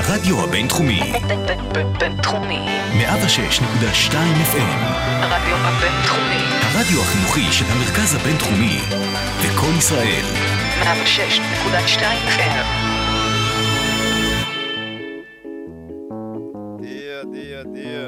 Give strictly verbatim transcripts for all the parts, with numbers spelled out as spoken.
הרדיו הבינתחומי. בינתחומי. מאה ושש נקודה שתיים אף אם. הרדיו הבינתחומי. הרדיו החינוכי של המרכז הבינתחומי. וכל ישראל. מאה ושש נקודה שתיים אף אם. Dear, dear, dear.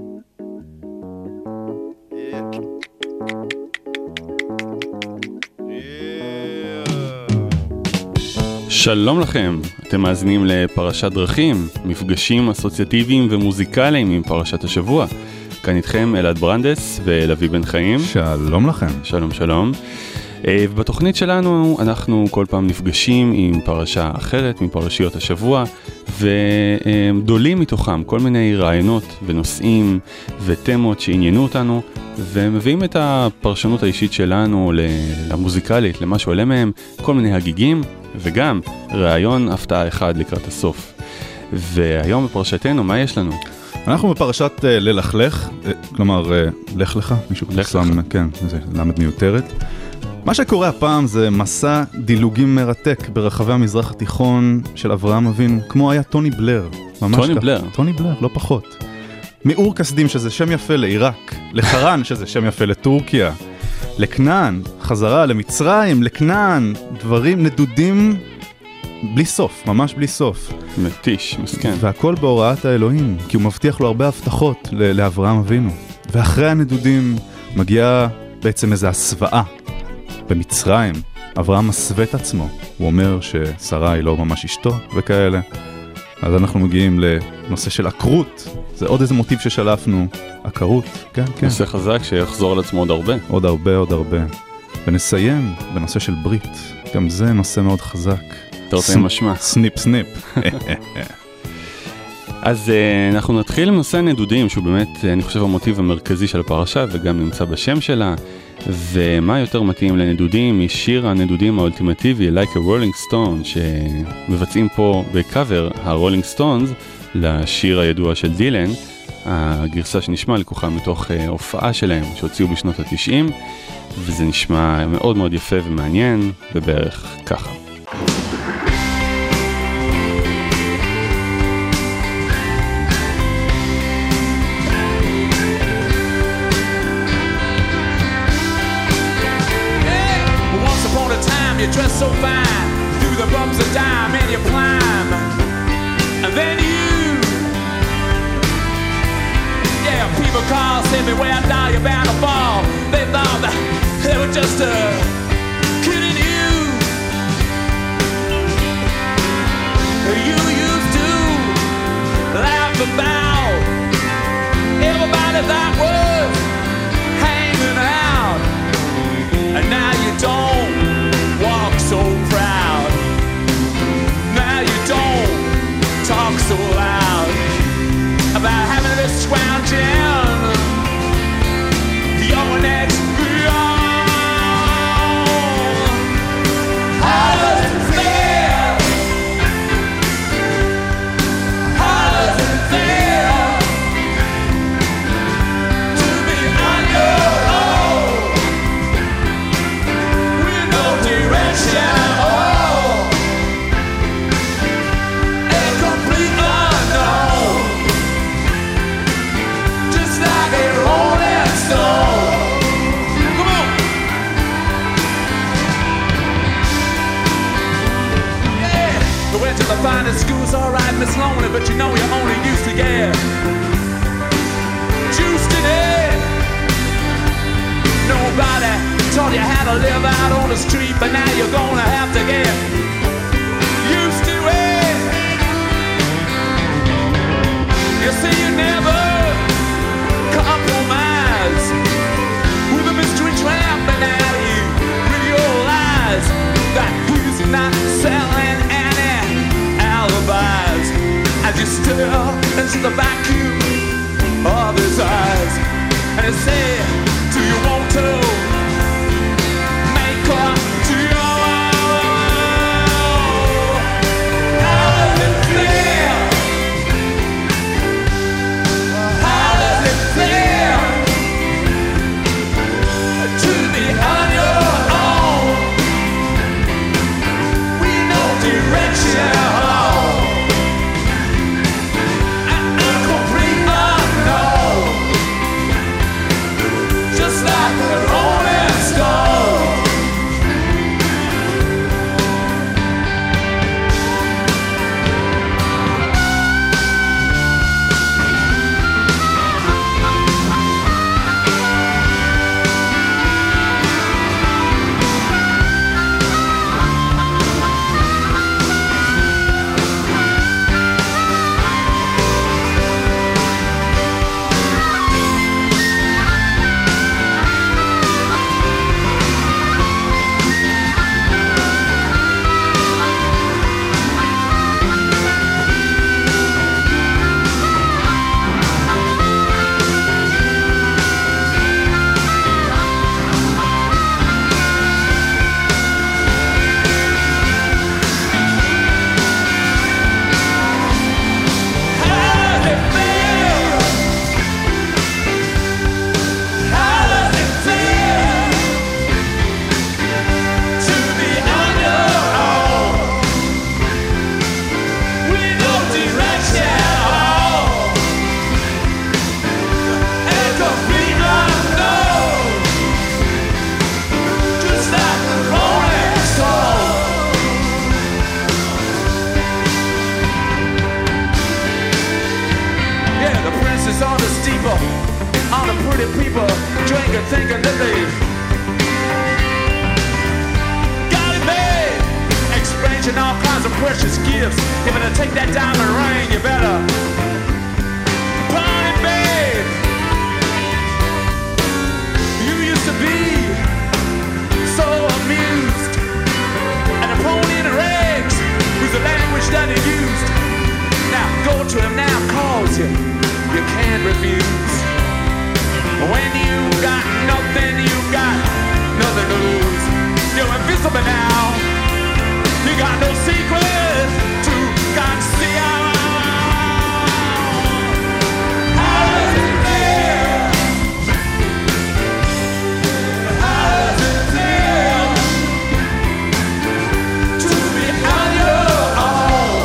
שלום לכם, אתם מאזינים לפרשת דרכים, מפגשים אסוציאטיביים ומוזיקליים עם פרשת השבוע. כאן איתכם אלעד ברנדס ולוי בן חיים. שלום לכם. שלום שלום. ובתוכנית שלנו אנחנו כל פעם נפגשים עם פרשה אחרת, מפרשיות השבוע, ודולים מתוכם כל מיני רעיונות ונושאים ותמות שעניינו אותנו, ומביאים את הפרשנות האישית שלנו למוזיקלית, למה שעולה מהם, כל מיני הגיגים, וגם רעיון הפתעה אחד לקראת הסוף. והיום בפרשתנו, מה יש לנו? אנחנו בפרשת uh, ללכלך, uh, כלומר, uh, לך לך, מישהו לך שם, כן, זה למד מיותרת. מה שקורה הפעם זה מסע דילוגים מרתק ברחבי המזרח התיכון של אברהם אבינו, כמו היה טוני בלר. טוני כך. בלר? טוני בלר, לא פחות. מאור כסדים, שזה שם יפה לעיראק, לחרן, שזה שם יפה לטורקיה, לכנען, חזרה למצרים, לכנען, דברים נדודים בלי סוף, ממש בלי סוף. מתיש, מסכן. והכל בהוראת האלוהים, כי הוא מבטיח לו הרבה הבטחות לאברהם אבינו. ואחרי הנדודים מגיעה בעצם איזו הסוואה. במצרים, אברהם מסווה את עצמו. הוא אומר ששרה היא לא ממש אשתו וכאלה. אז אנחנו מגיעים לנושא של עקרות. זה עוד איזה מוטיב ששלפנו. עקרות, כן, כן. נושא חזק שיחזור על עצמו עוד הרבה. עוד הרבה, עוד הרבה. ונסיים בנושא של ברית. גם זה נושא מאוד חזק. תרתי משמע. סניפ סניפ. אז uh, אנחנו נתחיל עם נושא הנדודים, שהוא באמת, אני חושב, המוטיב המרכזי של הפרשה, וגם נמצא בשם שלה. ומה יותר מתאים לנדודים משיר הנדודים האולטימטיבי, Like a Rolling Stone, שמבצעים פה בקאבר הרולינג סטונס, לשיר הידוע של דילן, הגרסה שנשמע לקוחה מתוך uh, הופעה שלהם, שהוציאו בשנות ה-תשעים, וזה נשמע מאוד מאוד יפה ומעניין, ובערך ככה. You dress so fine, through the bumps of dime and you climb. And then you, yeah, people call, say me where down you're bound to fall. They thought that they were just uh, kidding you. You used to laugh about everybody that was hanging out, and now you don't walk so proud. Now you don't talk so loud about having this scrounging your next beyond. How does it feel? How does it feel to be on your own with no direction? The finest school's alright, Miss Lonely, but you know you're only used to get juiced in it. Nobody taught you how to live out on the street, but now you're gonna have to get used to it. You see, you never compromise with a mystery tramp, and now you realize that he's not selling alibis as you stare into the vacuum of his eyes, and you say, do you want to make up to your own? How does it feel? How does it feel thinking that they got it made, exchanging all kinds of precious gifts. If you're gonna take that diamond ring, you better pawn it, babe. You used to be so amused, and a pony in the rags was the language that he used. Now go to him now, calls you, you can't refuse. When you got nothing, you got nothing to lose. You're invisible now, you got no secret to conceal. How does it feel? How does it feel to be on your own,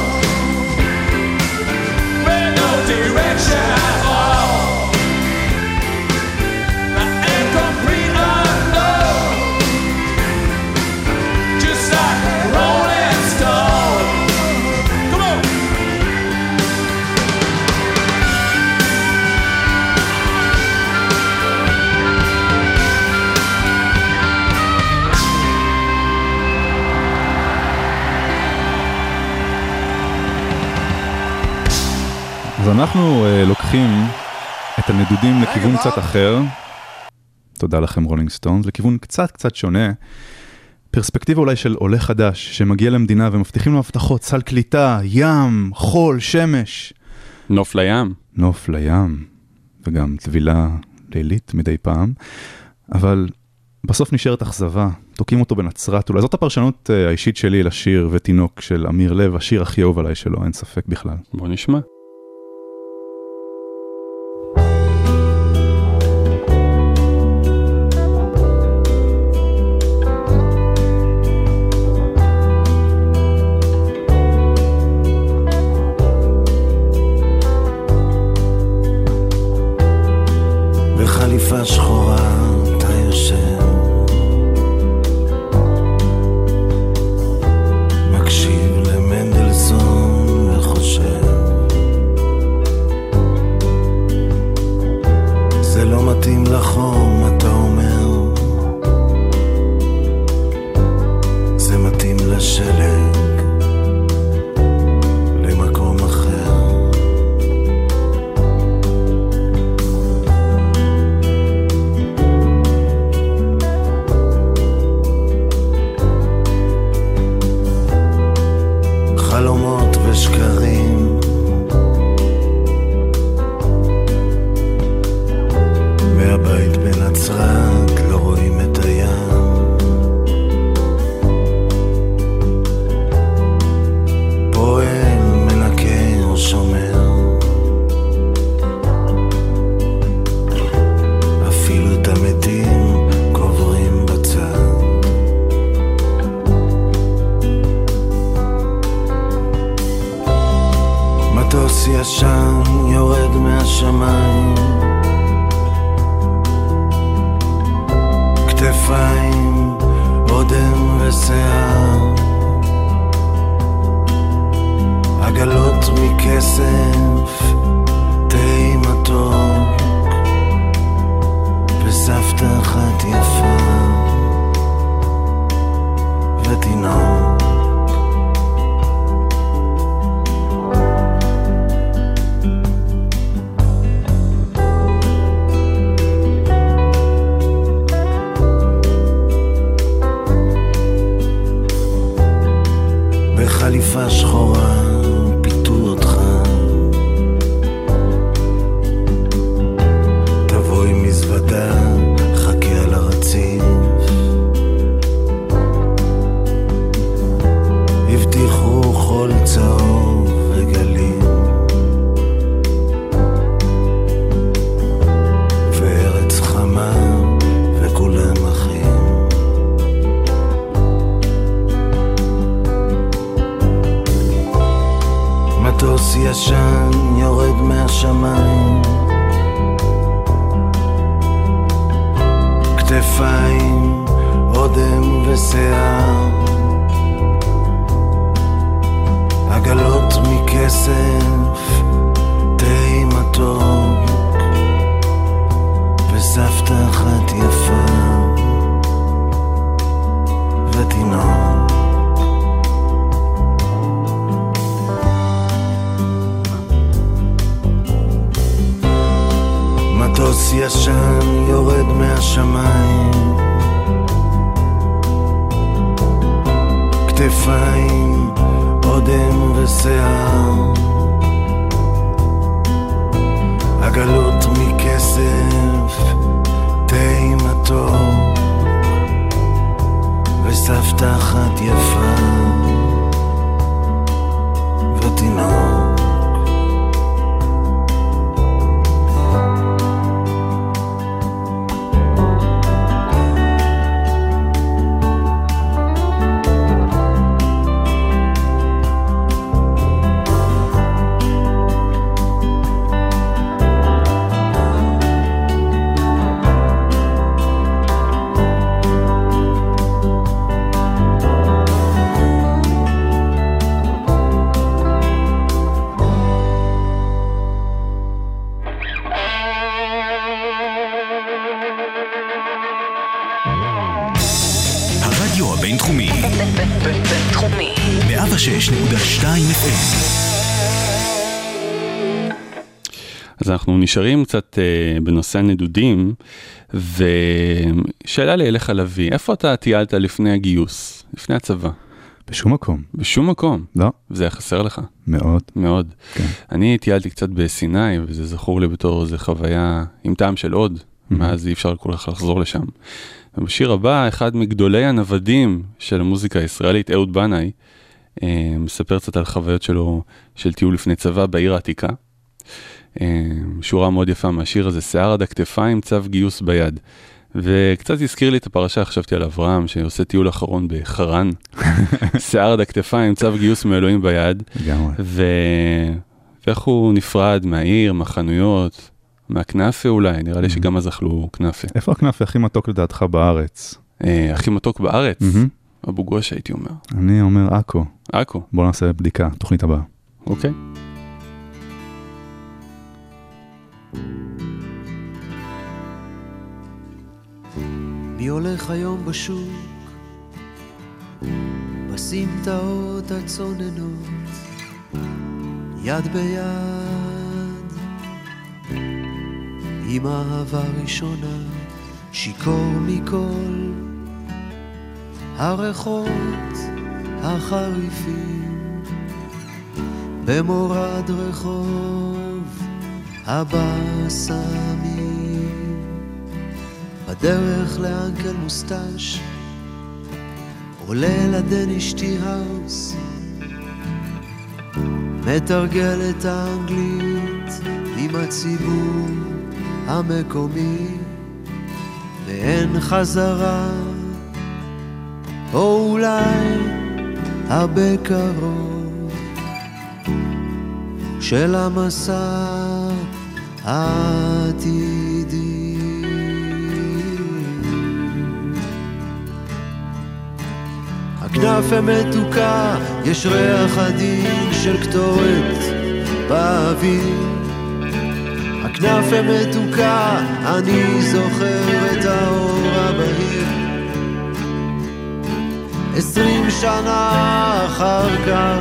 with no direction at all, and complete unknown, just like Rolling Stone? Come on. אז אנחנו uh, לוקחים את הנדודים לכיוון קצת אחר, תודה לכם רולינג סטונס, לכיוון קצת קצת שונה, פרספקטיבה אולי של עולה חדש שמגיע למדינה ומבטיחים לו הבטחות, סל קליטה, ים, חול, שמש. נוף לים. נוף לים, וגם טבילה לילית מדי פעם, אבל בסוף נשארת אכזבה, תוקעים אותו בנצרת, אולי זאת הפרשנות uh, האישית שלי לשיר ותינוק של אמיר לב, השיר הכי אהוב עליי שלו, אין ספק בכלל. בוא נשמע. בחליפה שחורה אתה יושב, מקשיב למנדלסון וחושב, זה לא מתאים לחום אתה אומר, זה מתאים לשלג, למקום אחר. חלומות ושקרים, מהבית בנצרת לא רואים את הים, פועל, מנקה או שומר, אפילו את המתים קוברים בצד. מטוס ישן יורד מהשמיים, כתפיים, אודם ושיער, עגלות מכסף, תה מתוק, וסבתא אחת יפה, ותינוק. בחליפה שחורה פיתו אותך, תבוא עם מזוודה, חכה על הרציף, הבטיחו חול צהוב וגלים, וארץ חמה וכולם אחים. מטוס ישן יורד מהשמיים, כתפיים, אודם ושיער, עגלות מכסף, תה מתוק, וסבתא אחת יפה. כתפיים, אודם ושיער, עגלות מכסף, תה מתוק וסבתא אחת יפה ותינוק. בינתחומי מאה ושש נקודה שתיים אף אם. אז אנחנו נשארים קצת uh, בנושא הנדודים, ושאלה לי אליך לוי, איפה אתה טיילת לפני הגיוס, לפני הצבא? בשום מקום. בשום מקום? לא. וזה היה חסר לך? מאוד. מאוד. כן. אני טיילתי קצת בסיני, וזה זכור לי בתור איזו חוויה עם טעם של עוד, mm-hmm. מאז אי אפשר כל כך לחזור לשם. ובשיר הבא, אחד מגדולי הנוודים של המוזיקה הישראלית, אהוד בנאי, אה, מספר קצת על חוויות שלו של טיול לפני צבא בעיר העתיקה. אה, שורה מאוד יפה מהשיר הזה, שיער עד הכתפיים, צו גיוס ביד. וקצת הזכיר לי את הפרשה, חשבתי על אברהם, שעושה טיול אחרון בחרן. שיער עד הכתפיים, צו גיוס מאלוהים ביד. ו... ואיך הוא נפרד מהעיר, מהחנויות, מהכנאפה אולי, נראה לי שגם אז אכלו כנאפה. איפה הכנאפה הכי מתוק לדעתך בארץ? אה, הכי מתוק בארץ? אבו גוש הייתי אומר. אני אומר אקו. אקו. בוא נעשה בדיקה, תוכנית הבאה. אוקיי. מי הולך היום בשוק בסמטאות הצוננות יד ביד עם אהבה ראשונה שיקור מכל הריחות החריפים במורד רחוב הבסמים בדרך לאנקל מוסטש עולה לדניש טי האוס מתרגל את האנגלית עם הציבור המקומי ואין חזרה או אולי הרבה קרוב של המסע העתידי הכנאפה מתוקה, יש ריח עדין של קטורת באוויר. הכנאפה מתוקה, אני זוכר את האור הבהיר. עשרים שנה אחר כך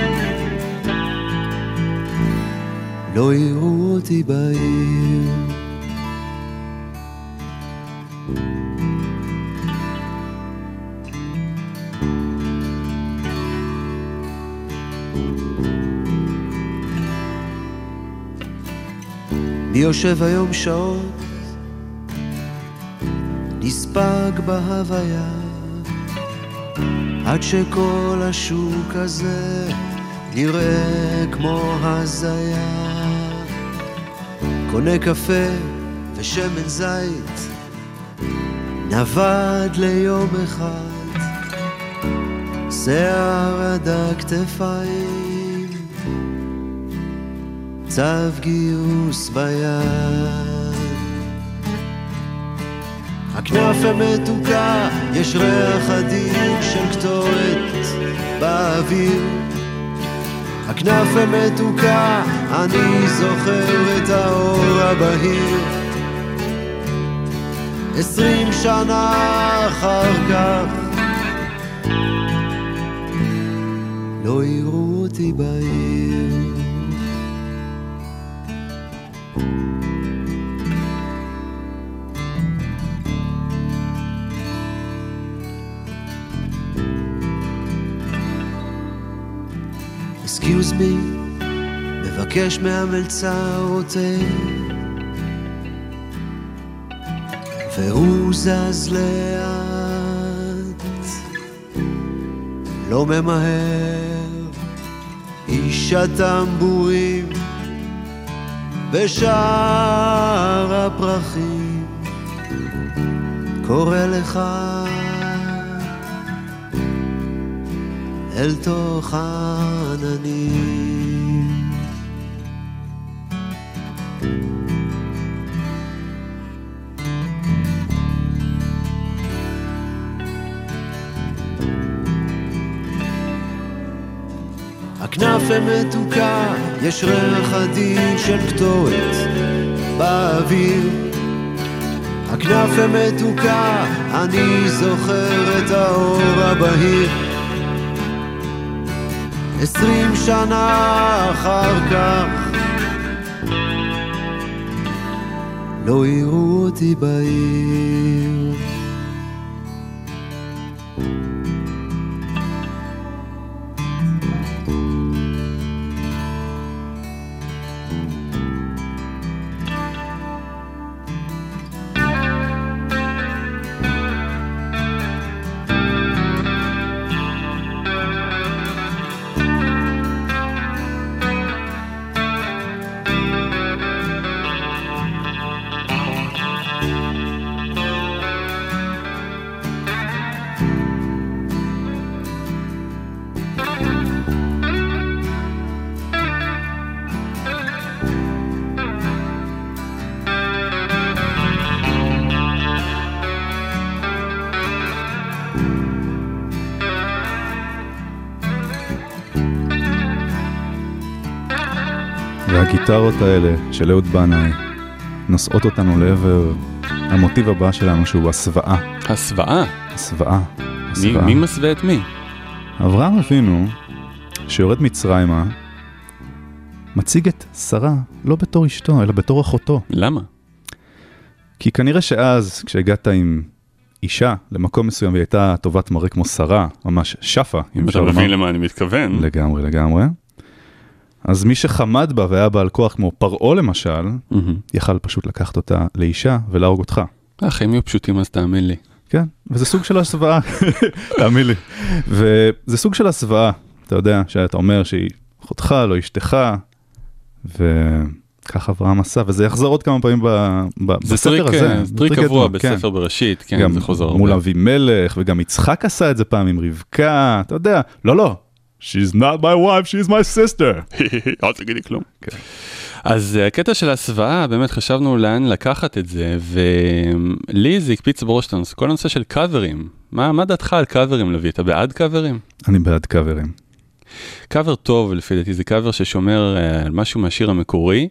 לא יראו אותי בעיר. מי יושב היום שעות נספג בהוויה עד שכל השוק הזה נראה כמו הזיה. קונה קפה ושמן זית נבד ליום אחד שיער עד הכתפיים צו גיוס ביד. הכנאפה מתוקה, יש ריח עדין של קטורת באוויר. הכנאפה מתוקה, אני זוכר את האור הבהיר. עשרים שנה אחר כך לא יראו אותי בעיר. Excuse me, מבקש מהמלצר רוטה, והוא זז לאט, לא ממהר, איש הטמבורים בשער הפרחים קורא לך אל תוך העננים. הכנף המתוקה, יש ריח עדין של קטורת באוויר. הכנף המתוקה, אני זוכר את האור הבהיר. עשרים שנה אחר כך לא יראו אותי בעיר. והגיטרות האלה של אהוד בנאי נושאות אותנו לעבר המוטיב הבא שלנו, שהוא הסוואה. הסוואה? הסוואה. מי, מי מסווה את מי? אברהם אבינו, שיורד מצרימה, מציג את שרה לא בתור אשתו, אלא בתור אחותו. למה? כי כנראה שאז, כשהגעת עם אישה למקום מסוים, והיא הייתה טובת מראה כמו שרה, ממש שפה. אם אתה מבין למה אני מתכוון. לגמרי, לגמרי. אז מי שחמד בה והיה בעל כוח כמו פרעה למשל, mm-hmm. יכל פשוט לקחת אותה לאישה ולהרוג אותך. החיים יהיו פשוטים, אז תאמין לי. כן, וזה סוג של הסוואה, תאמין לי. וזה סוג של הסוואה, אתה יודע, שאתה אומר שהיא אחותך, לא אשתך, וככה אברהם עשה, וזה יחזור עוד כמה פעמים ב- ב- בספר הזה. זה טריק קבוע בספר בראשית, כן, גם זה חוזר הרבה. מול אבימלך, וגם יצחק עשה את זה פעם עם רבקה, אתה יודע, לא, לא. She's not my wife, she's my sister. אל תגידי כלום. אז הקטע של הסוואה, באמת חשבנו לאן לקחת את זה, ולי זה הקפיץ בראש שלנו, כל הנושא של קאברים. מה, מה דעתך על קאברים, לוי? אתה בעד קאברים? אני בעד קאברים. קאבר טוב, לפי דעתי, זה קאבר ששומר על משהו מהשיר המקורי,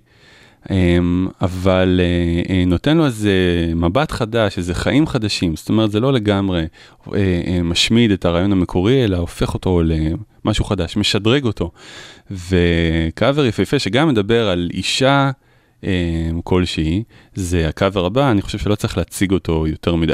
אבל נותן לו איזה מבט חדש, איזה חיים חדשים, זאת אומרת, זה לא לגמרי משמיד את הרעיון המקורי, אלא הופך אותו למשהו חדש, משדרג אותו. וקאבר יפהפה שגם מדבר על אישה כלשהי, זה הקאבר הבא, אני חושב שלא צריך להציג אותו יותר מדי.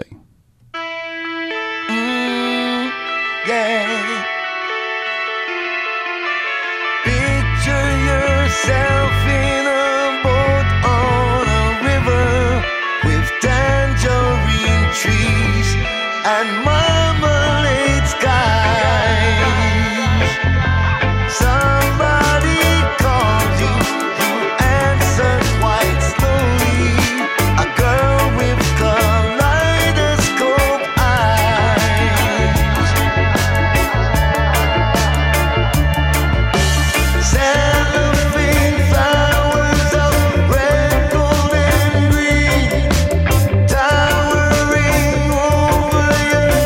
Picture yourself in a boat on a river with tangerine trees and marmalade skies. Somebody calls you, you answer quite slowly. A girl with kaleidoscope eyes. Cellophane flowers of red, gold and green, towering over your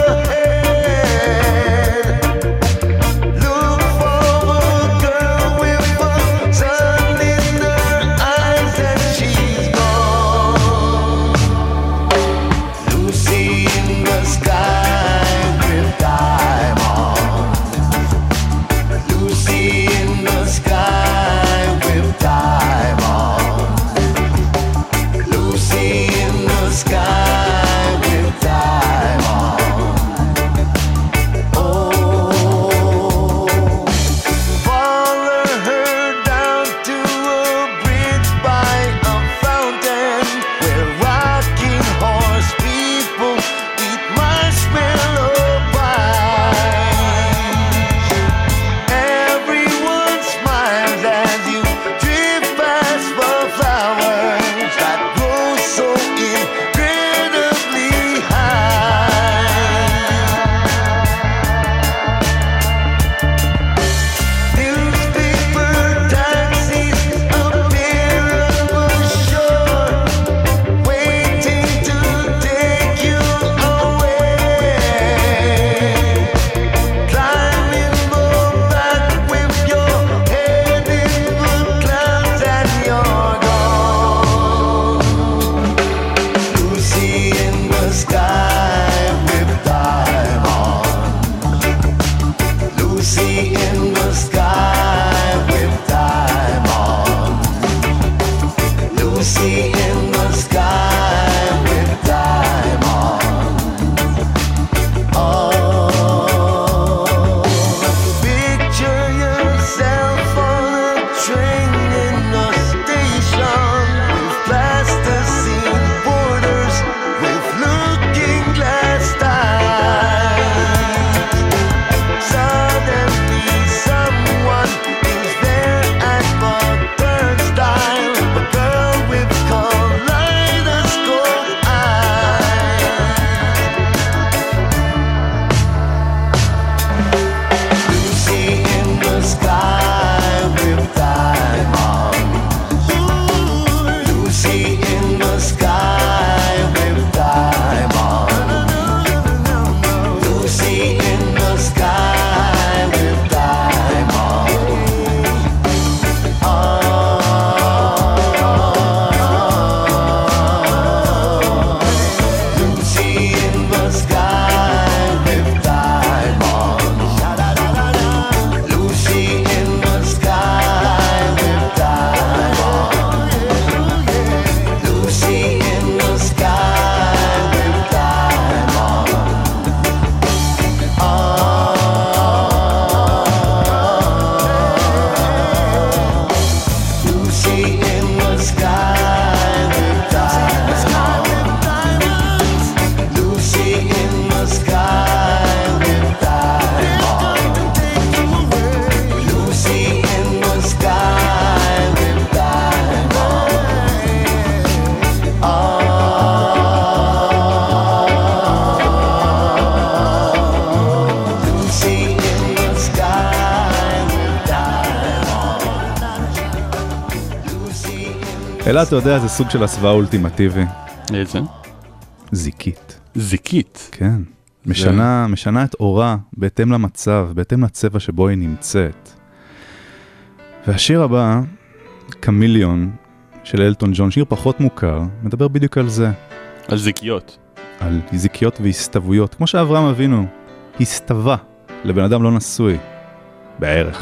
אלא אתה יודע, זה סוג של הסוואה אולטימטיבי. איזה? זיקית. זיקית. כן. משנה, משנה את אורה בהתאם למצב, בהתאם לצבע שבו היא נמצאת. והשיר הבא, קמיליון, של אלטון ג'ון, שיר פחות מוכר, מדבר בדיוק על זה. על זיקיות. על זיקיות והסתוויות, כמו שאברהם אבינו הסתווה לבן אדם לא נשוי, בערך.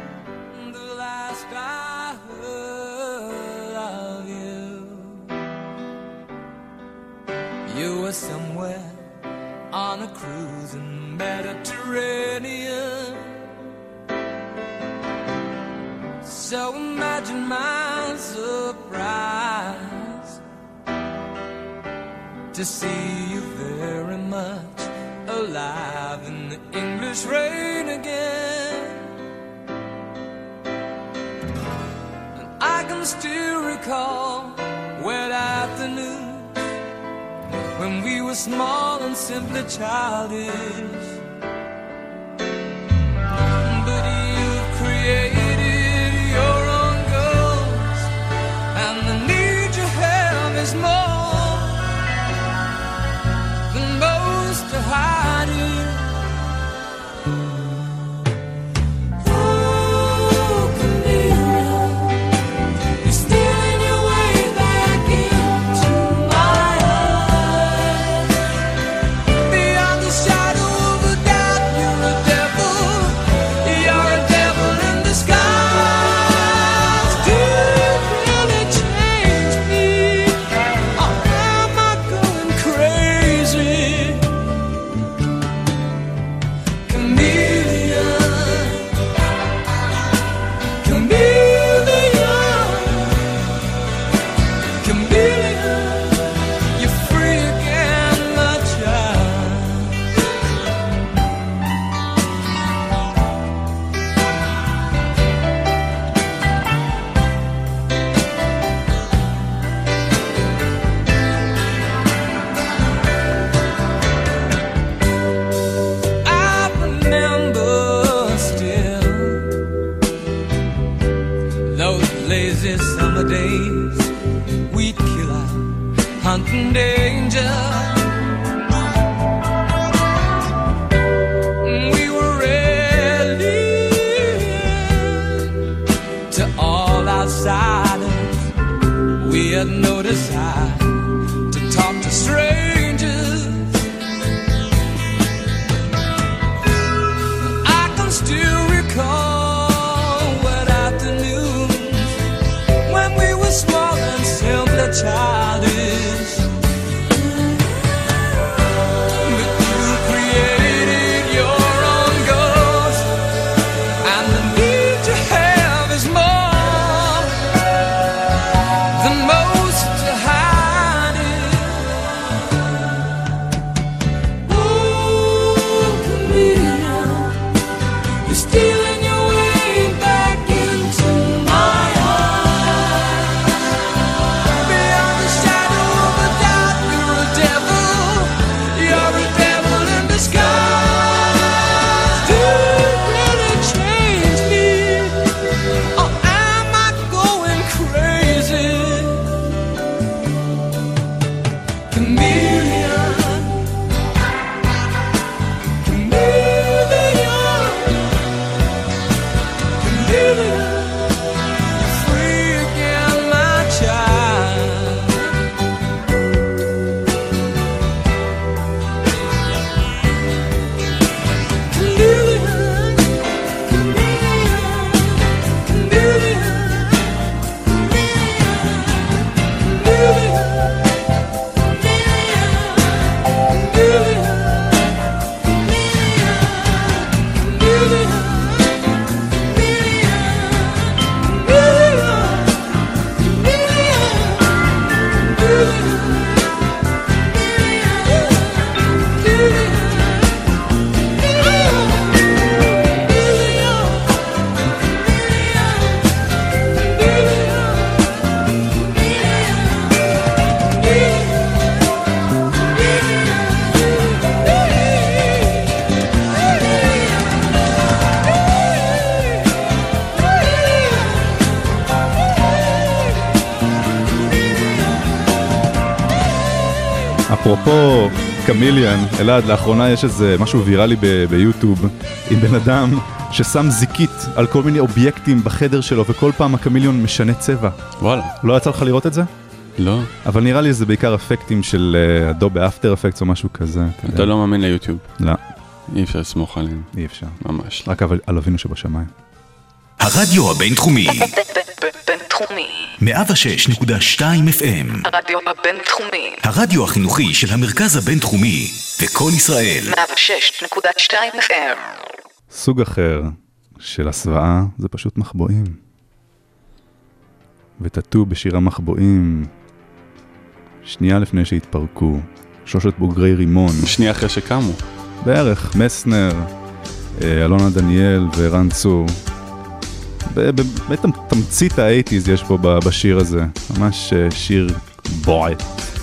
On a cruise in Mediterranean. So imagine my surprise to see you very much alive in the English rain again. And I can still recall wet afternoon when we were small and simply childish. But you've created your own ghost, and the need you have is more than most to hide it. Ooh, Camilla, you're stealing your way back into my eyes. Beyond the shadow of a doubt, you're a devil. You're a devil in disguise. Do you really change me? Or am I going crazy? Chameleon, chameleon, chameleon, you're free again, my child. I remember still those lazy summer days we'd kill out hunting danger. We were ready to all outsiders. We had no desire to talk to strangers. I can still recall wet afternoons when we were small and simply childish. But you created your own ghost, and the need you have is more than most to hide. אפרופו קמיליאן, אלעד, לאחרונה יש איזה משהו ויראלי ב- ביוטיוב עם בן אדם ששם זיקית על כל מיני אובייקטים בחדר שלו, וכל פעם הקמיליון משנה צבע. וואלה. לא יצא לך לראות את זה? לא. אבל נראה לי זה בעיקר אפקטים של אדובי אפטר אפקטס או משהו כזה. אתה לא מאמין ליוטיוב. לא. אי אפשר לסמוך עליהם. אי אפשר. ממש. רק על אבינו שבשמיים. הרדיו הבינתחומי. בינתחומי. מאה ושש נקודה שתיים אף אם. הרדיו הבינתחומי. הרדיו החינוכי של המרכז הבינתחומי. וכל ישראל. מאה ושש נקודה שתיים אף אם. סוג אחר של הסוואה זה פשוט מחבואים. וטטו בשיר המחבואים, שנייה לפני שהתפרקו, שלושת בוגרי רימון. שנייה אחרי שקמו. בערך, מסנר, אלונה דניאל ורן צור. באמת תמצית ה-שמונים יש פה בשיר הזה, ממש שיר בועט.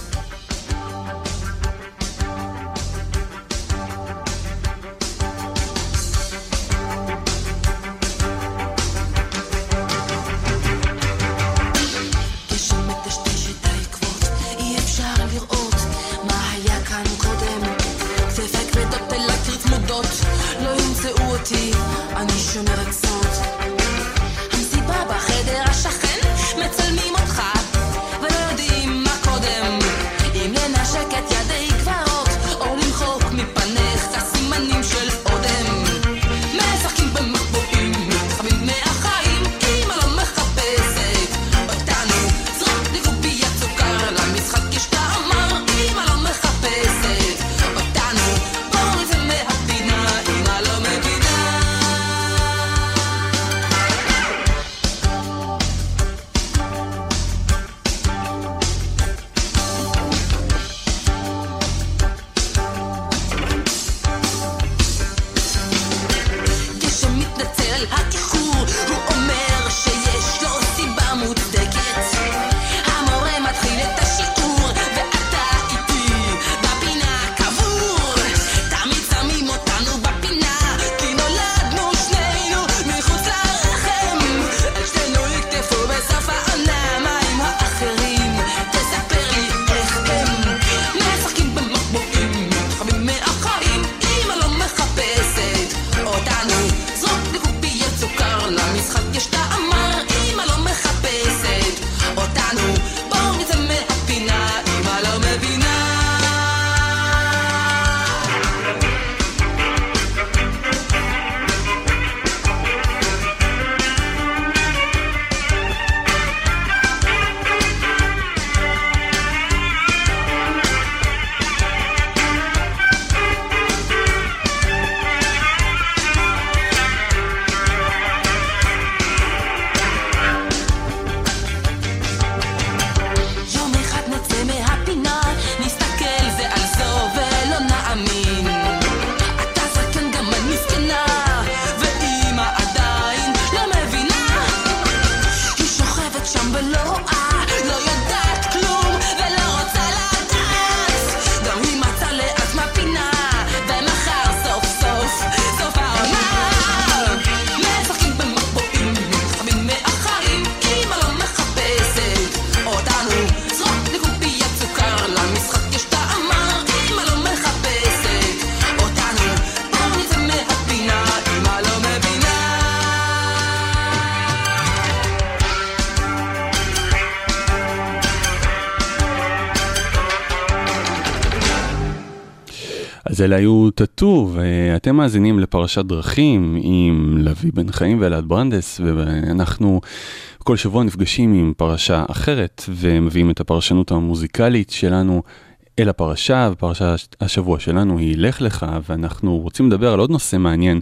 אז אלה היו טטו, ואתם מאזינים לפרשת דרכים עם לוי בן חיים ואלעד ברנדס, ואנחנו כל שבוע נפגשים עם פרשה אחרת, ומביאים את הפרשנות המוזיקלית שלנו אל הפרשה, ופרשה השבוע שלנו היא לך לך, ואנחנו רוצים לדבר על עוד נושא מעניין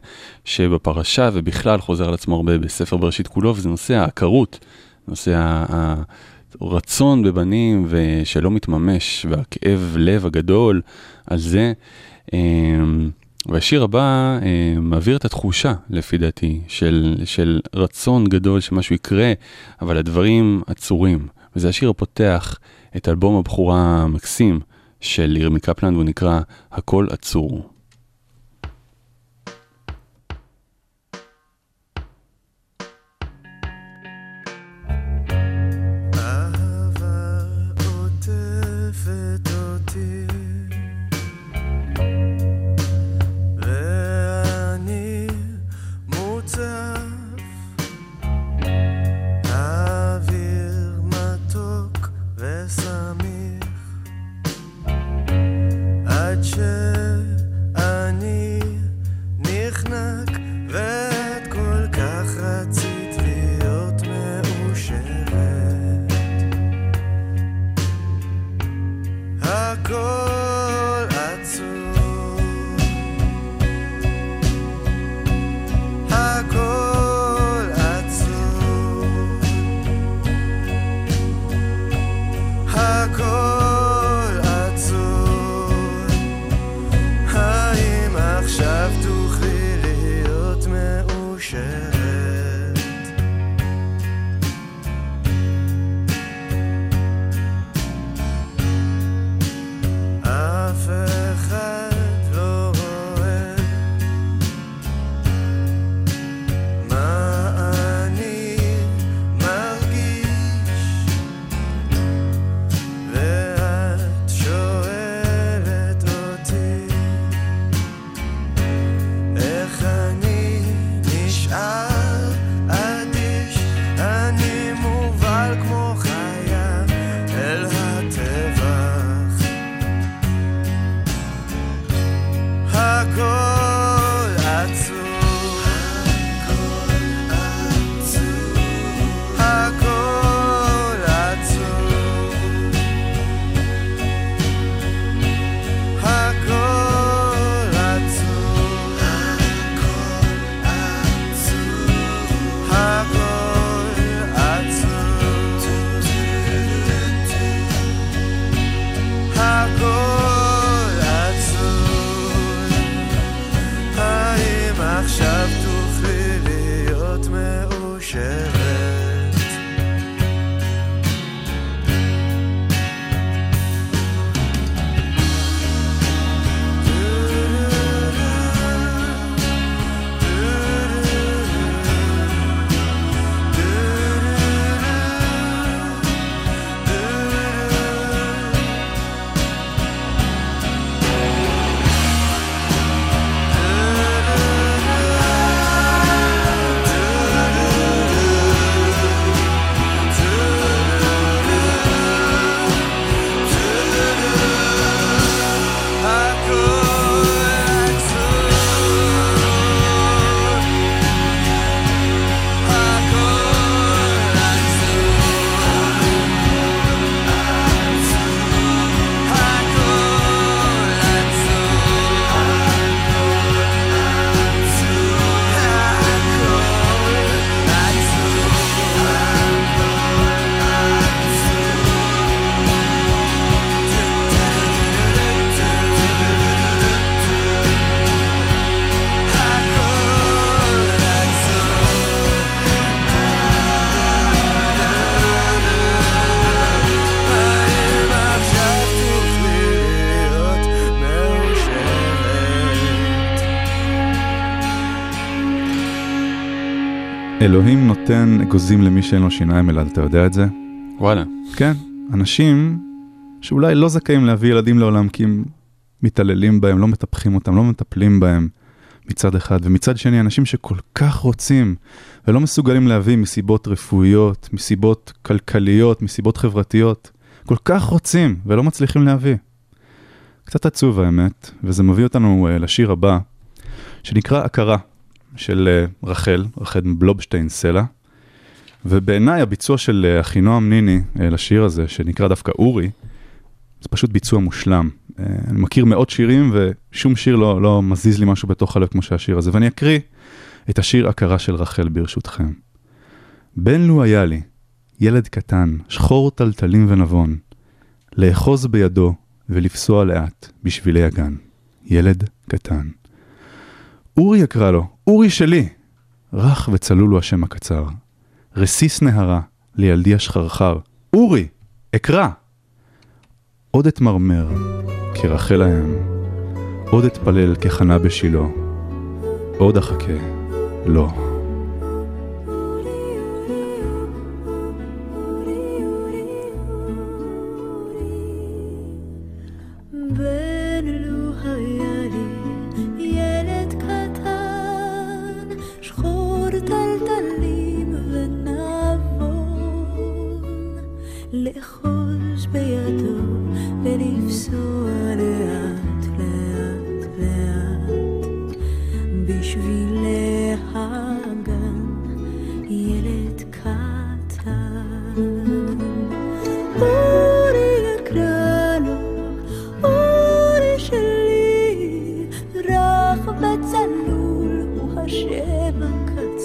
שבפרשה ובכלל חוזר על עצמו הרבה בספר בראשית כולו, וזה נושא העקרות, נושא הרצון בבנים ושלא מתממש, והכאב לב הגדול על זה. והשיר הבא מעביר את התחושה, לפי דעתי, של, של רצון גדול שמשהו יקרה, אבל הדברים עצורים. וזה השיר הפותח את אלבום הבחורה המקסים של ירמי קפלן, והוא נקרא הכל עצור. אהבה עוטפת אותי ענק, ואת כל כך רצית להיות מאושרת. הכל עצוב, הכל עצוב, הכל עצוב. האם עכשיו תוכלי להיות מאושרת? אף אחד לא רואה מה אני מרגיש, ואת שואלת אותי איך אני נשאר אדיש. אני מובל כמו חיה אל הטבח. הכל עצוב, הכל עצוב, הכל עצוב, הכל עצוב, הכל עצוב, הכל עצוב, הכל עצוב. האם עכשיו תוכלי להיות מאושרת? אלוהים נותן אגוזים למי שאין לו שיניים אלעד, אתה יודע את זה? וואלה. כן, אנשים שאולי לא זכאים להביא ילדים לעולם כי הם מתעללים בהם, לא מטפחים אותם, לא מטפלים בהם מצד אחד, ומצד שני אנשים שכל כך רוצים ולא מסוגלים להביא מסיבות רפואיות, מסיבות כלכליות, מסיבות חברתיות, כל כך רוצים ולא מצליחים להביא. קצת עצוב האמת, וזה מביא אותנו uh, לשיר הבא, שנקרא הכרה, של uh, רחל, רחל בלובשטיין סלע, ובעיניי הביצוע של uh, אחינועם ניני uh, לשיר הזה, שנקרא דווקא אורי, זה פשוט ביצוע מושלם. Uh, אני מכיר מאות שירים, ושום שיר לא, לא מזיז לי משהו בתוך הלב כמו שהשיר הזה, ואני אקריא את השיר הכרה של רחל ברשותכם. בן לו היה לי, ילד קטן, שחור טלטלים ונבון, לאחוז בידו ולפסוע לאט בשבילי הגן. ילד קטן. אורי יקרא לו, אורי שלי. רך וצלול הוא השם הקצר. רסיס נהרה לילדי השחרחר. אורי, אקרא. עוד אתמרמר כרחל ההם. עוד אתפלל כחנה בשילו. עוד אחכה, לא. לאחוז בידו ולפסוע לאט לאט לאט בשביל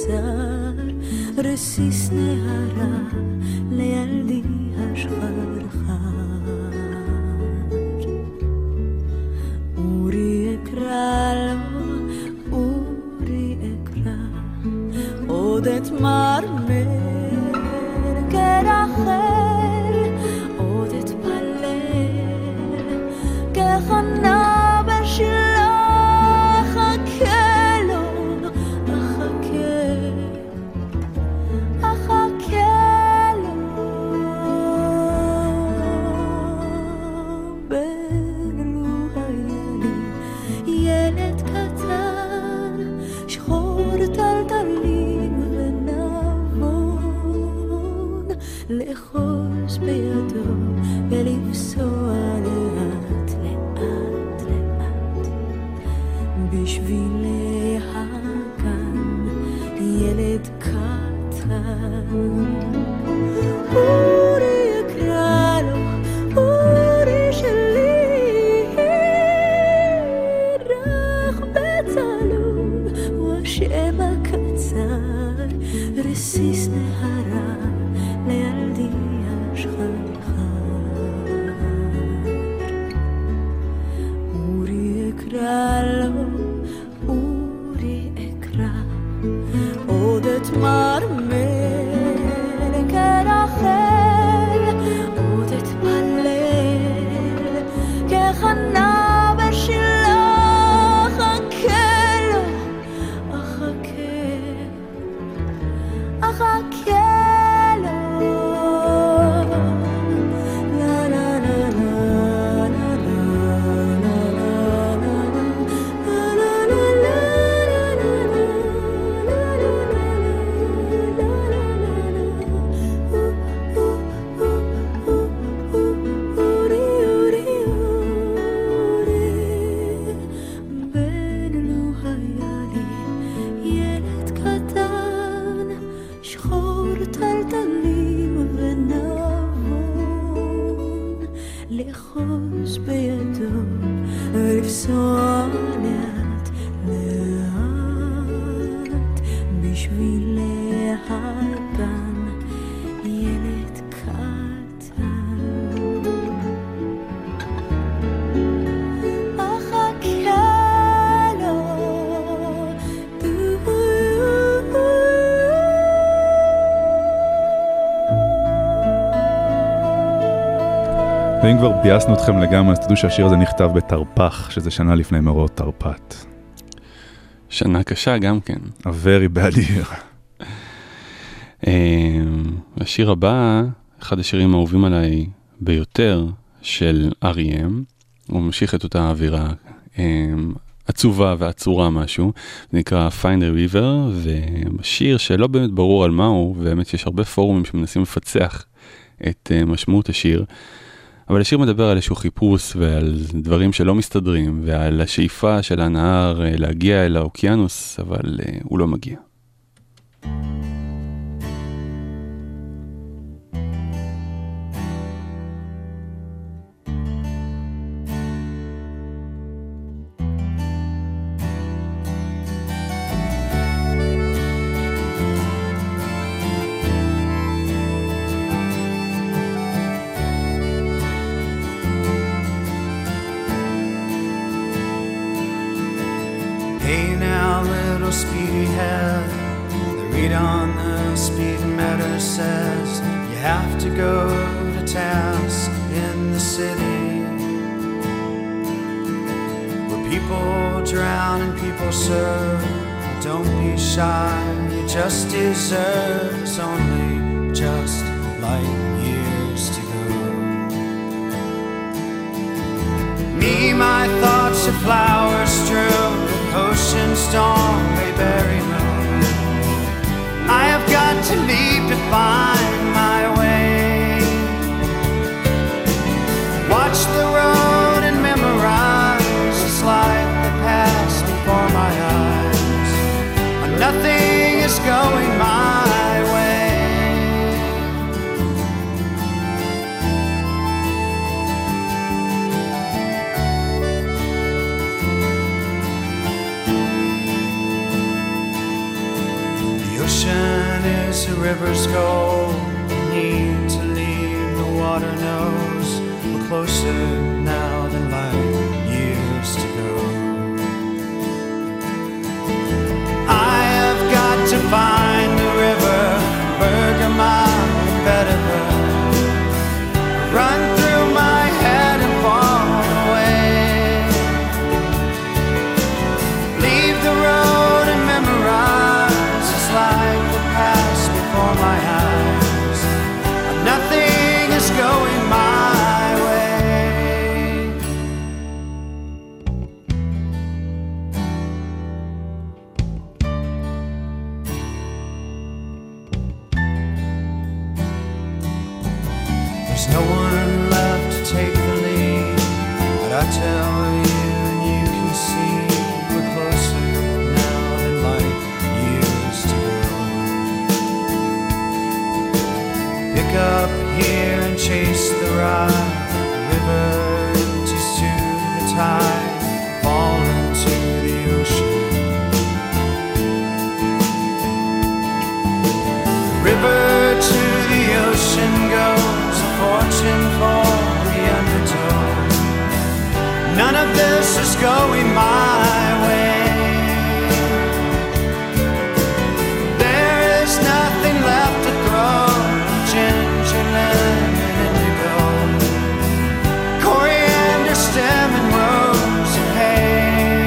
קצר, רסיס נהרה לילדי השחרחר. אורי אקרא לו, אורי אקרא, עוד את מרמר כרחל, עוד את פלל כחנה בשילה. אחכה לו, אחכה, אחכה לו. בלו היה לי ילד קטן, שחור טלטלים ונבון, לאחוז בידו ולפסוע לאט לאט לאט בשבילי הגן, ילד קטן. אורי יקרא לו, אורי שלי, רך בצלול הוא השם הקצר, רסיס נהרה לילדי השחרחר. אורי אקרא לו, אורי אקרא, עוד את מרמל כרחל, עוד את פלל כחנה בשילה. אחכה לו, אחכה, אחכה לו. לה לה לה לה לה לה לה לאחוז בידו ולפסוע לאט לאט בשבילי הגן, ילד קטן. אחכה לו, ואם כבר ביאסנו אתכם לגמרי, אז תדעו שהשיר הזה נכתב בתרפ"ח, שזה שנה לפני מאורעות תרפ"ט. שנה קשה גם כן. A very bad year. השיר הבא, אחד השירים האהובים עליי ביותר של אר אי אם, הוא ממשיך את אותה האווירה עצובה ועצורה משהו, זה נקרא Find a River, ושיר שלא באמת ברור על מהו, ובאמת יש הרבה פורומים שמנסים לפצח את משמעות השיר, אבל השיר מדבר על איזשהו חיפוש ועל דברים שלא מסתדרים, ועל השאיפה של הנהר להגיע אל האוקיינוס, אבל הוא לא מגיע. Hey now, little speedyhead, the read on the speedometer says you have to go to task in the city where people drown and people serve. Don't be shy, you just deserve. It's only just light years to go. Me, my thoughts are flowers strewn, ocean storm may bury me. I have got to leave to find my way. Watch the road and memorize this life that passed before my eyes. Nothing is going my way. The ocean is a river's goal. The need to leave the water knows we're closer now than light years to go. I have got to find the river, Bergamot and Bedouin, run through my head and fall away. Leave the road and memorize it's like the past before my eyes. Nothing is going my way. There's no one left to take the lead, but I tell you and you can see we're closer now than light years to go. Pick up here and chase the ride. The river empties to the tide, fall into the ocean. The river to the ocean goes, a fortune for the undertow. None of this is going my way. There is nothing left to throw. Ginger, lemon, indigo, coriander, stem, and rose of hay.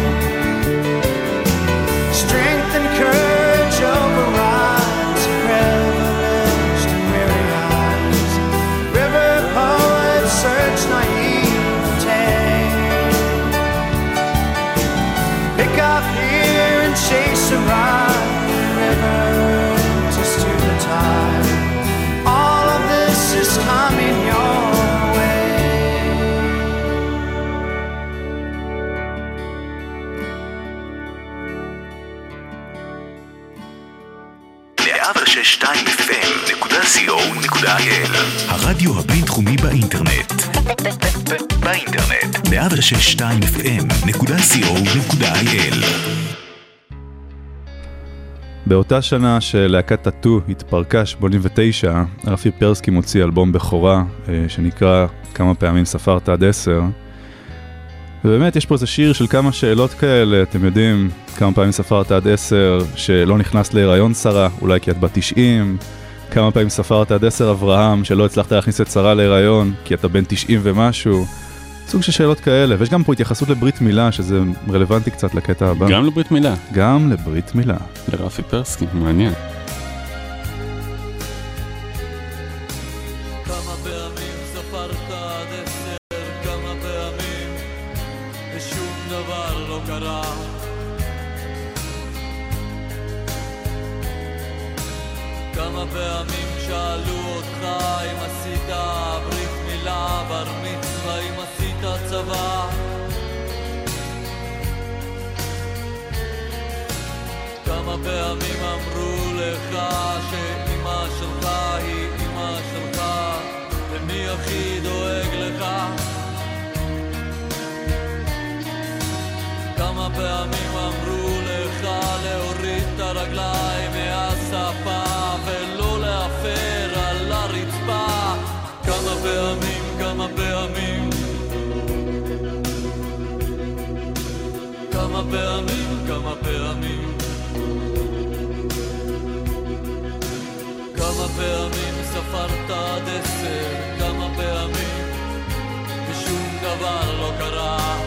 Strength and courage overrides privileged and weary eyes. River poets search naivete. Pick up here and chase a ride. River just to the tide. All of this is coming your way. מאה ושש שתיים אף אם נקודה סי או נקודה איי אל. הרדיו הבינתחומי באינטרנט. באינטרנט מאה ושש שתיים אף אם נקודה סי או נקודה איי אל. באותה שנה שלהקת טאטו התפרקה שמונים ותשע, רפי פרסקי מוציא אלבום בכורה שנקרא כמה פעמים ספרת עד עשר. ובאמת יש פה איזה שיר של כמה שאלות כאלה, אתם יודעים, כמה פעמים ספרת עד עשר, שלא נכנס להיריון שרה, אולי כי את בת תשעים, כמה פעמים ספרת עד עשר אברהם, שלא הצלחת להכניס את שרה להיריון, כי אתה בן תשעים ומשהו. סוג של שאלות כאלה, ויש גם פה התייחסות לברית מילה, שזה רלוונטי קצת לקטע הבא. גם לברית מילה. גם לברית מילה. לרפי פרסקי, מעניין. כמה פעמים ספרת עד עשר, כמה פעמים, ושום דבר לא קרה. כמה פעמים שאלו אותך אם עשית ברית מילה, בר מצווה, אם עשית צבא. כמה פעמים אמרו לך שאמא שלך היא אמא שלך, ומי הכי דואג לך? כמה פעמים אמרו לך להוריד את הרגליים מהספה ולא להפר על הרצפה? כמה פעמים, כמה פעמים, כמה פעמים, כמה פעמים, כמה פעמים ספרת עד עשר, כמה פעמים, ושום דבר לא קרה.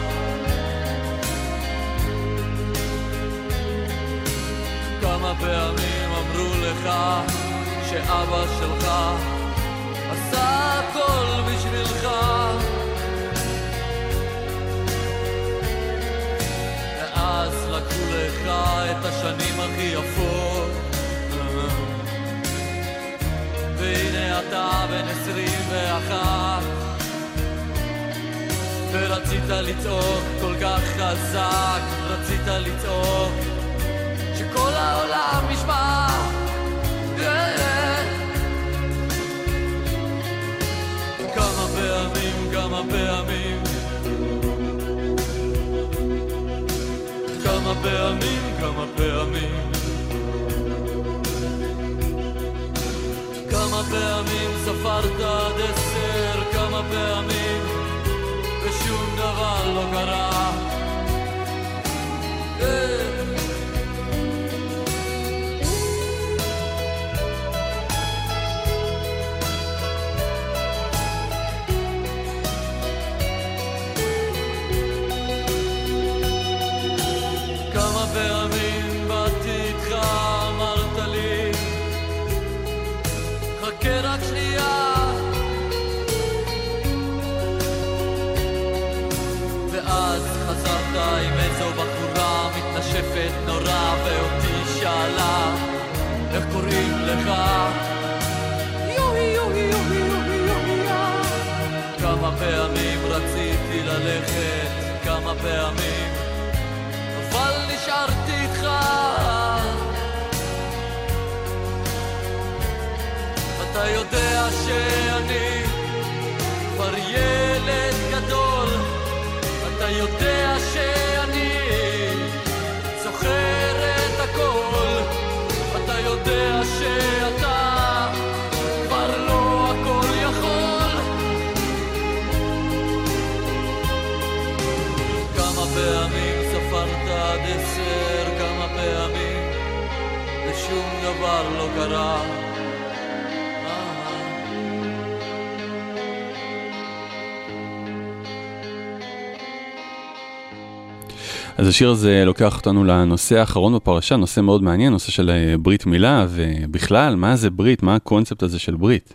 כמה פעמים אמרו לך שאבא שלך עשה הכל בשבילך, ואז לקחו לך את השנים הכי יפות, והנה אתה בן עשרים ואחת, ורצית לצעוק כל כך חזק, רצית לצעוק שכל העולם ישמע. כמה פעמים, כמה פעמים, כמה פעמים, כמה פעמים, כמה פעמים ספרת עד עשר, כמה פעמים ושום דבר לא קרה. כמה פעמים באתי איתך, אמרת לי חכה רק שנייה, ואז חזרת עם איזו בחורה מתנשפת נורא, ואותי שאלה איך קוראים לך, יוהי יוהי יוהי יוהי יוהי. כמה פעמים רציתי ללכת, כמה פעמים אבל נשארתי איתך, אתה יודע שאני כבר ילד גדול, אתה יודע שאני זוכר את הכל, אתה יודע שאתה כבר לא הכל יכול. כמה פעמים ספרת עד עשר, כמה פעמים ושום דבר לא קרה. אז השיר הזה לוקח אותנו לנושא האחרון בפרשה, נושא מאוד מעניין, נושא של ברית מילה, ובכלל, מה זה ברית? מה הקונספט הזה של ברית?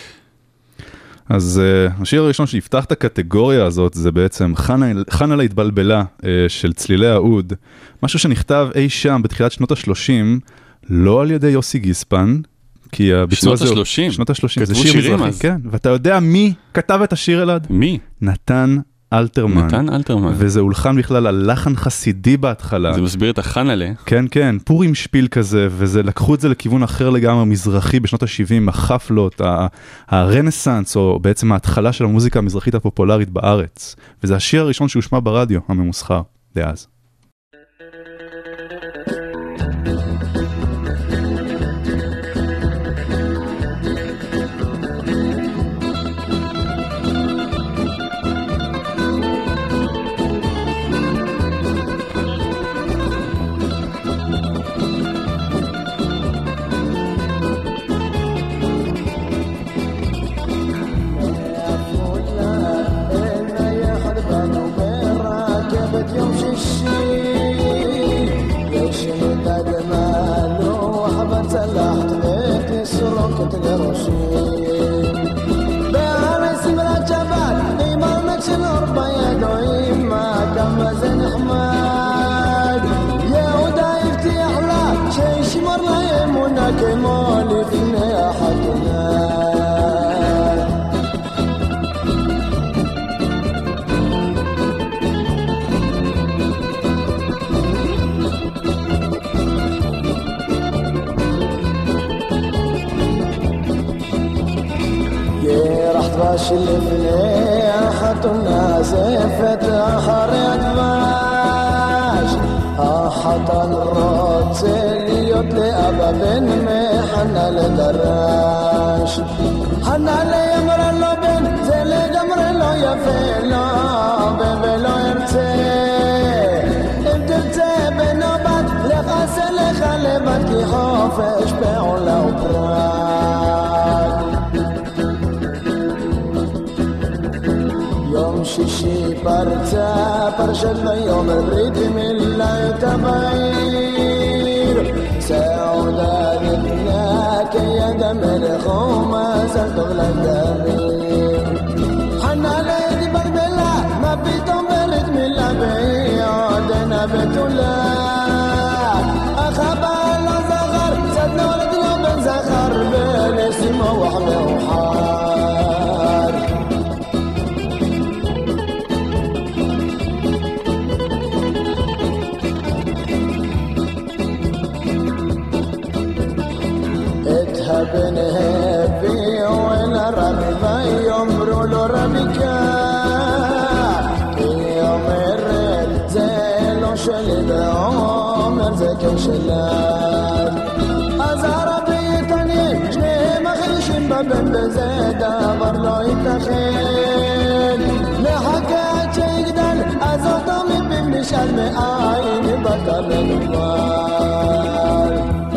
אז uh, השיר הראשון שיפתח את הקטגוריה הזאת זה בעצם חנה, חנה להתבלבלה uh, של צלילי האוד, משהו שנכתב אי שם בתחילת שנות ה-שלושים, לא על ידי יוסי גיספן, כי הביצוע הזה... שנות ה-שלושים? שנות ה-שלושים, זה כתבו שיר שירים מזרחי, אז. כן, ואתה יודע מי כתב את השיר אלעד? מי? נתן אלתרמן. נתן אלתרמן. וזה הולחן בכלל על לחן חסידי בהתחלה. זה מסביר את החנלה. כן, כן, פורים שפיל כזה, וזה, לקחו את זה לכיוון אחר לגמרי, מזרחי בשנות ה-שבעים, החפלות, הרנסנס, או בעצם ההתחלה של המוזיקה המזרחית הפופולרית בארץ. וזה השיר הראשון שהושמע ברדיו, הממוסחר, דאז. שלפני נازفت أحرق باش أحطن روتل يطلع أبا بن محنا لدراش حنا ليمر اللو بن زل جمر اللو يفلو ببلو يرتي ابتلتي بنوبات لغسل خلبات كي خوفش بعلا وبراك شيشي برتا برشد يوم البريد من لا يتغير سعودتنا كي يدم الخومة سنتغل الدمير حنا ليدي برد الله ما بيتم بلد من لا بيعودنا بتولا أخبا الله زغر سدنا ولدنا بن زغر بالاسم وحمي وحار بنهبي ولا ربي يمرو له ربكا يوم الرد زيلو شلب عمر زكي شلال أزهر بيتني جنيه مخيشين בעין בתמר כבר.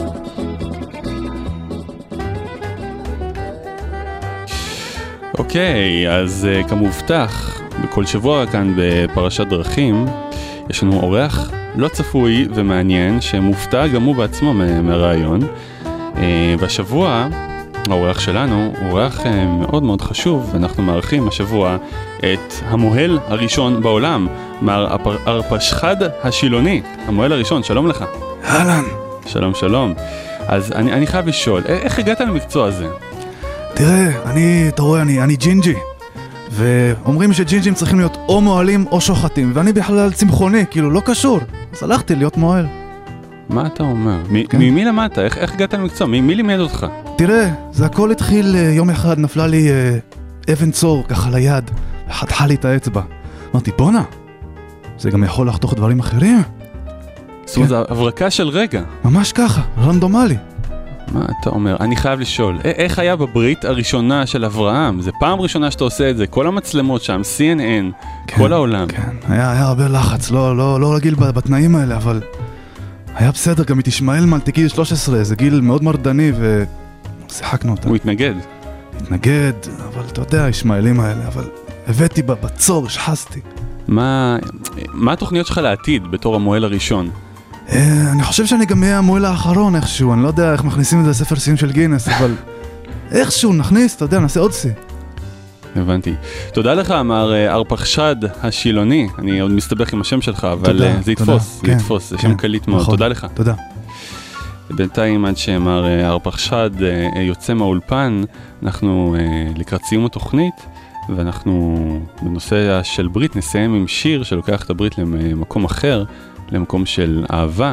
אוקיי, אז uh, כמובטח, בכל שבוע כאן בפרשת דרכים, יש לנו אורח לא צפוי ומעניין, שמופתע גם הוא בעצמו מהרעיון. Uh, והשבוע, האורח שלנו הוא אורח uh, מאוד מאוד חשוב, ואנחנו מארחים השבוע את המוהל הראשון בעולם, מר ארפשחד השילוני, המוהל הראשון, שלום לך. אהלן. שלום שלום. אז אני, אני חייב לשאול, איך הגעת למקצוע הזה? תראה, אני, אתה רואה, אני, אני ג'ינג'י, ואומרים שג'ינג'ים צריכים להיות או מועלים או שוחטים, ואני בכלל צמחוני, כאילו לא קשור, אז הלכתי להיות מועל. מה אתה אומר? כן. ממי למדת? איך, איך הגעת למקצוע? מי, מי לימד אותך? תראה, זה הכל התחיל, יום אחד נפלה לי אה, אבן צור ככה ליד, וחתכה לי את האצבע. אמרתי, בונה, זה גם יכול לחתוך דברים אחרים? זאת אומרת, זה הברקה של רגע. ממש ככה, רנדומלי. מה אתה אומר? אני חייב לשאול, איך היה בברית הראשונה של אברהם? זה פעם ראשונה שאתה עושה את זה, כל המצלמות שם, סי אן אן, כן, כל העולם. כן, היה, היה הרבה לחץ, לא, לא, לא רגיל בתנאים האלה, אבל היה בסדר, גם את ישמעאל מלטיקי שלוש עשרה, זה גיל מאוד מרדני ושיחקנו אותה. הוא התנגד. התנגד, אבל אתה יודע, ישמעאלים האלה, אבל הבאתי בצור, שחסתי. מה, מה התוכניות שלך לעתיד בתור המוהל הראשון? אני חושב שאני גם אהיה המוהל האחרון איכשהו, אני לא יודע איך מכניסים את זה לספר שיאים של גינס, אבל איכשהו נכניס, אתה יודע, נעשה עוד שיא. הבנתי. תודה לך, מר ארפשחד השילוני, אני עוד מסתבך עם השם שלך, אבל זה יתפוס, זה יתפוס, זה שם קליט מאוד, תודה לך. תודה. בינתיים עד שמר ארפשחד יוצא מהאולפן, אנחנו לקראת סיום התוכנית, ואנחנו בנושא של ברית נסיים עם שיר שלוקח את הברית למקום אחר, למקום של אהבה,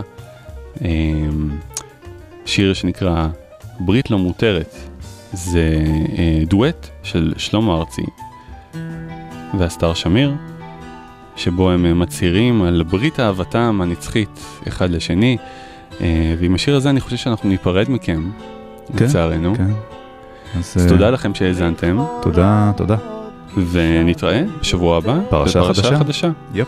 שיר שנקרא ברית לא מותרת. זה דואט של שלמה ארצי והסטאר שמיר, שבו הם מצהירים על ברית אהבתם הנצחית אחד לשני, ועם השיר הזה אני חושב שאנחנו ניפרד מכם, לצערנו. אז תודה לכם שהאזנתם. תודה, תודה. ונתראה בשבוע הבא בפרשה חדשה. יפ.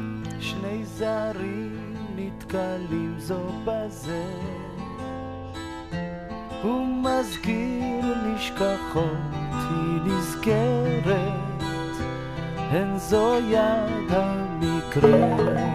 מזכיר נשכחות היא נזכרת, הן זו יד המקרה.